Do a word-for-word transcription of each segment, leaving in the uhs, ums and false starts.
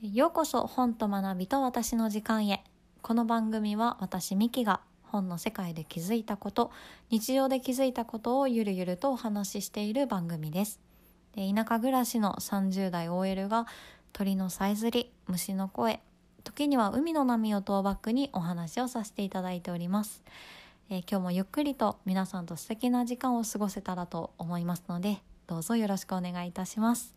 ようこそ本と学びと私の時間へ。この番組は私ミキが本の世界で気づいたこと、日常で気づいたことをゆるゆるとお話ししている番組です。で田舎暮らしのさんじゅう代 オーエル が鳥のさえずり、虫の声、時には海の波をトーバックにお話をさせていただいております。えー今日もゆっくりと皆さんと素敵な時間を過ごせたらと思いますので、どうぞよろしくお願いいたします。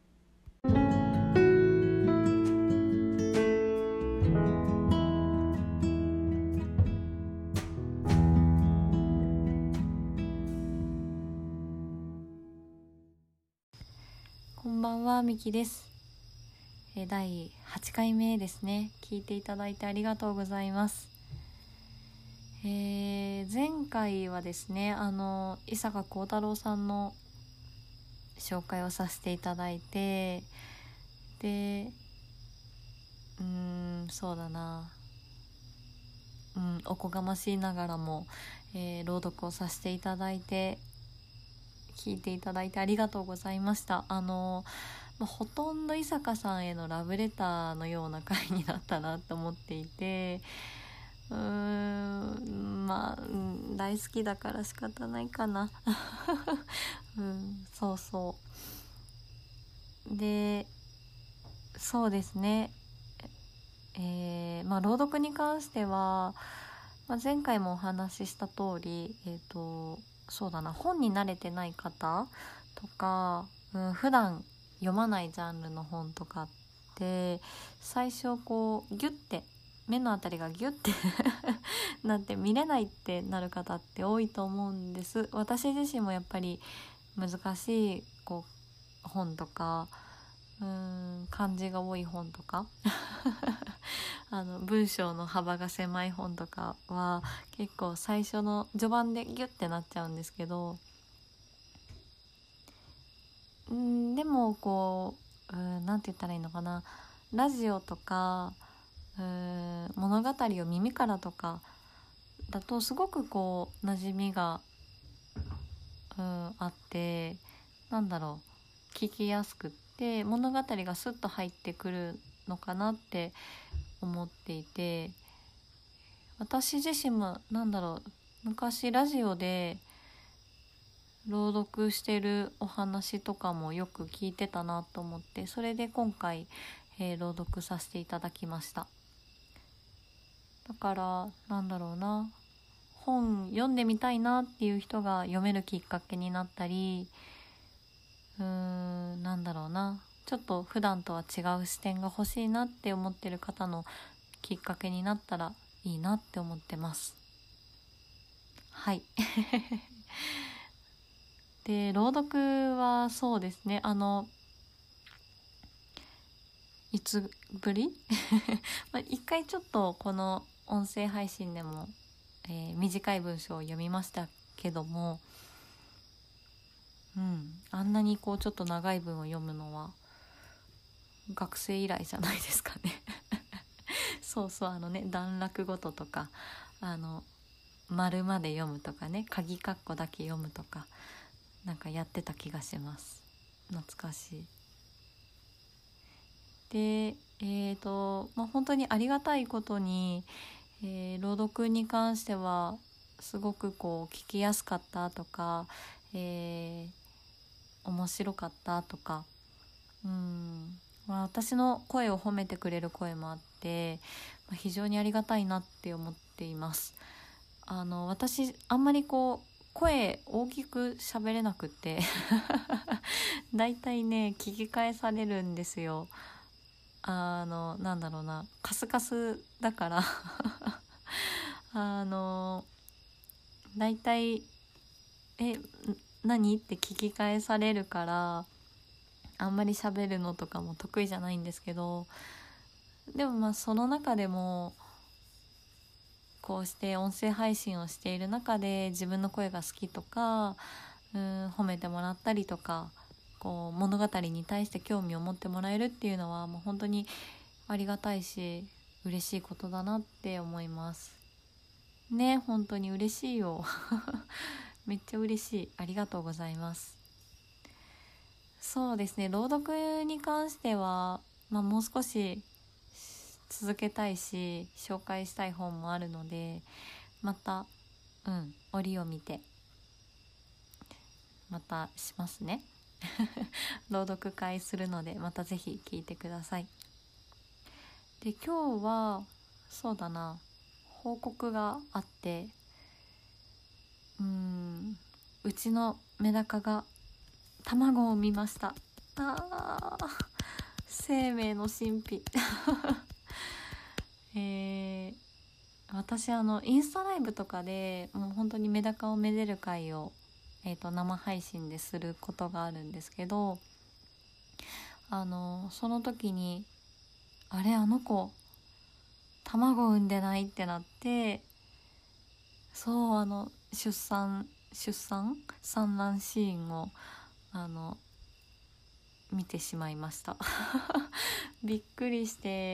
こんばんは、みきです。えーだいはちかいめですね。聞いていただいてありがとうございます。えー前回はですね、あの伊坂幸太郎さんの紹介をさせていただいて、でうーんそうだなうんおこがましいながらも、えー朗読をさせていただいて、聞いていただいてありがとうございました。あの、まあ、ほとんど伊坂さんへのラブレターのような回になったなと思っていて、うーんまあ、うん、大好きだから仕方ないかな、うん、そうそうでそうですね。えーまあ、朗読に関しては、まあ、前回もお話しした通り、えーと、そうだな、本に慣れてない方とか、うん、普段読まないジャンルの本とかって最初こうギュッて目のあたりがギュッてなって見れないってなる方って多いと思うんです。私自身もやっぱり難しいこう本とか、うーん漢字が多い本とかあの文章の幅が狭い本とかは結構最初の序盤でギュッてなっちゃうんですけど、うんでもこう、うんなんて言ったらいいのかな、ラジオとかうん物語を耳からとかだとすごくこう馴染みが、うん、あって、なんだろう、聞きやすくって物語がスッと入ってくるのかなって思っていて、私自身もなんだろう、昔ラジオで朗読してるお話とかもよく聞いてたなと思って、それで今回、えー朗読させていただきました。だからなんだろうな、本読んでみたいなっていう人が読めるきっかけになったり、うーんなんだろうな、ちょっと普段とは違う視点が欲しいなって思ってる方のきっかけになったらいいなって思ってます。はいで朗読はそうですね、あのいつぶりまあ一回ちょっとこの音声配信でも、えー短い文章を読みましたけども、うん、あんなにこうちょっと長い文を読むのは学生以来じゃないですかねそうそう、あのね、段落ごととか、あの丸まで読むとかね、鍵括弧だけ読むとか、なんかやってた気がします。懐かしい。でえーとまあ、本当にありがたいことに、えー朗読に関してはすごくこう聞きやすかったとか、えー面白かったとか、うん、まあ、私の声を褒めてくれる声もあって、まあ、非常にありがたいなって思っています。あの私あんまりこう声大きく喋れなくってだいたいね聞き返されるんですよ。あのなんだろうな、カスカスだからあのだいたいえ何って聞き返されるから、あんまり喋るのとかも得意じゃないんですけど、でもまあその中でもこうして音声配信をしている中で自分の声が好きとか、うん褒めてもらったりとか、こう物語に対して興味を持ってもらえるっていうのはもう本当にありがたいし嬉しいことだなって思いますね。本当に嬉しいよめっちゃ嬉しい、ありがとうございます。そうですね、朗読に関してはまあ、もう少し続けたいし紹介したい本もあるので、またうん折を見てまたしますね朗読会するので、またぜひ聞いてください。で、今日はそうだな、報告があって、うーんうちのメダカが卵を産みました。あー、生命の神秘えー、私あのインスタライブとかでもう本当にメダカをめでる会を、えーと、生配信ですることがあるんですけど、あのその時にあれあの子卵産んでないってなって、そうあの出産出産産卵シーンをあの見てしまいましたびっくりして、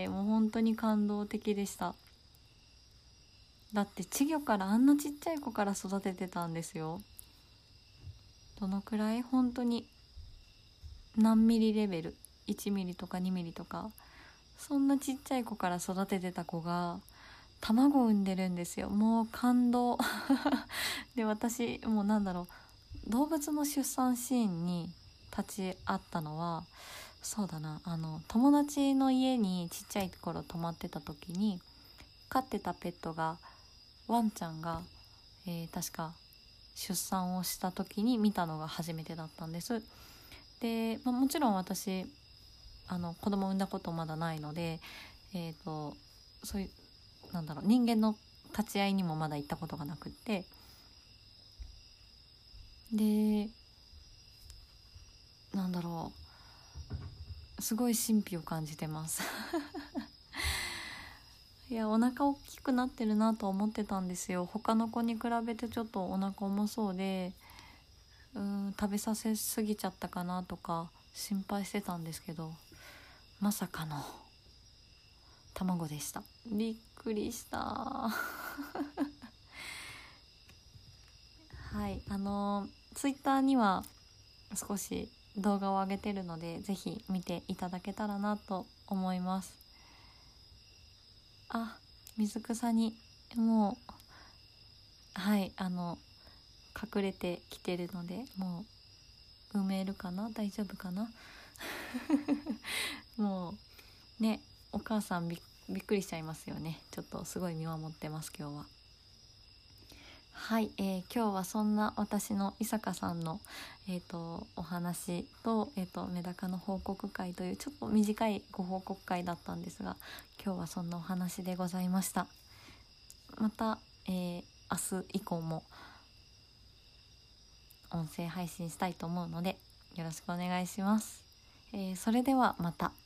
もう本当に感動的でした。だって稚魚からあんなちっちゃい子から育ててたんですよ。どのくらい、本当に何ミリレベル、いちミリとかにミリとか、そんなちっちゃい子から育ててた子が卵を産んでるんですよ。もう感動で、私もうなんだろう、動物の出産シーンに立ち会ったのは、そうだな、あの友達の家にちっちゃい頃泊まってた時に飼ってたペットが、ワンちゃんが、えー、確か出産をした時に見たのが初めてだったんです。で、まあ、もちろん私あの子供産んだことまだないので、えーとそういうなんだろう、人間の立ち会いにもまだ行ったことがなくって、でなんだろう、すごい神秘を感じてますいや、お腹大きくなってるなと思ってたんですよ。他の子に比べてちょっとお腹重そうで、うーん食べさせすぎちゃったかなとか心配してたんですけど、まさかの卵でした。びっくりしたはい、あのツイッターには少し動画を上げてるので、ぜひ見ていただけたらなと思います。あ、水草にもう、はい、あの隠れてきてるので、もう埋めるかな、大丈夫かなもうね、お母さんびっびっくりしちゃいますよね。ちょっとすごい見守ってます、今日は。はい、えー、今日はそんな私の伊坂さんの、えー、とお話と、えー、とメダカの報告会というちょっと短いご報告会だったんですが、今日はそんなお話でございました。また、えー、明日以降も音声配信したいと思うのでよろしくお願いします。えー、それではまた。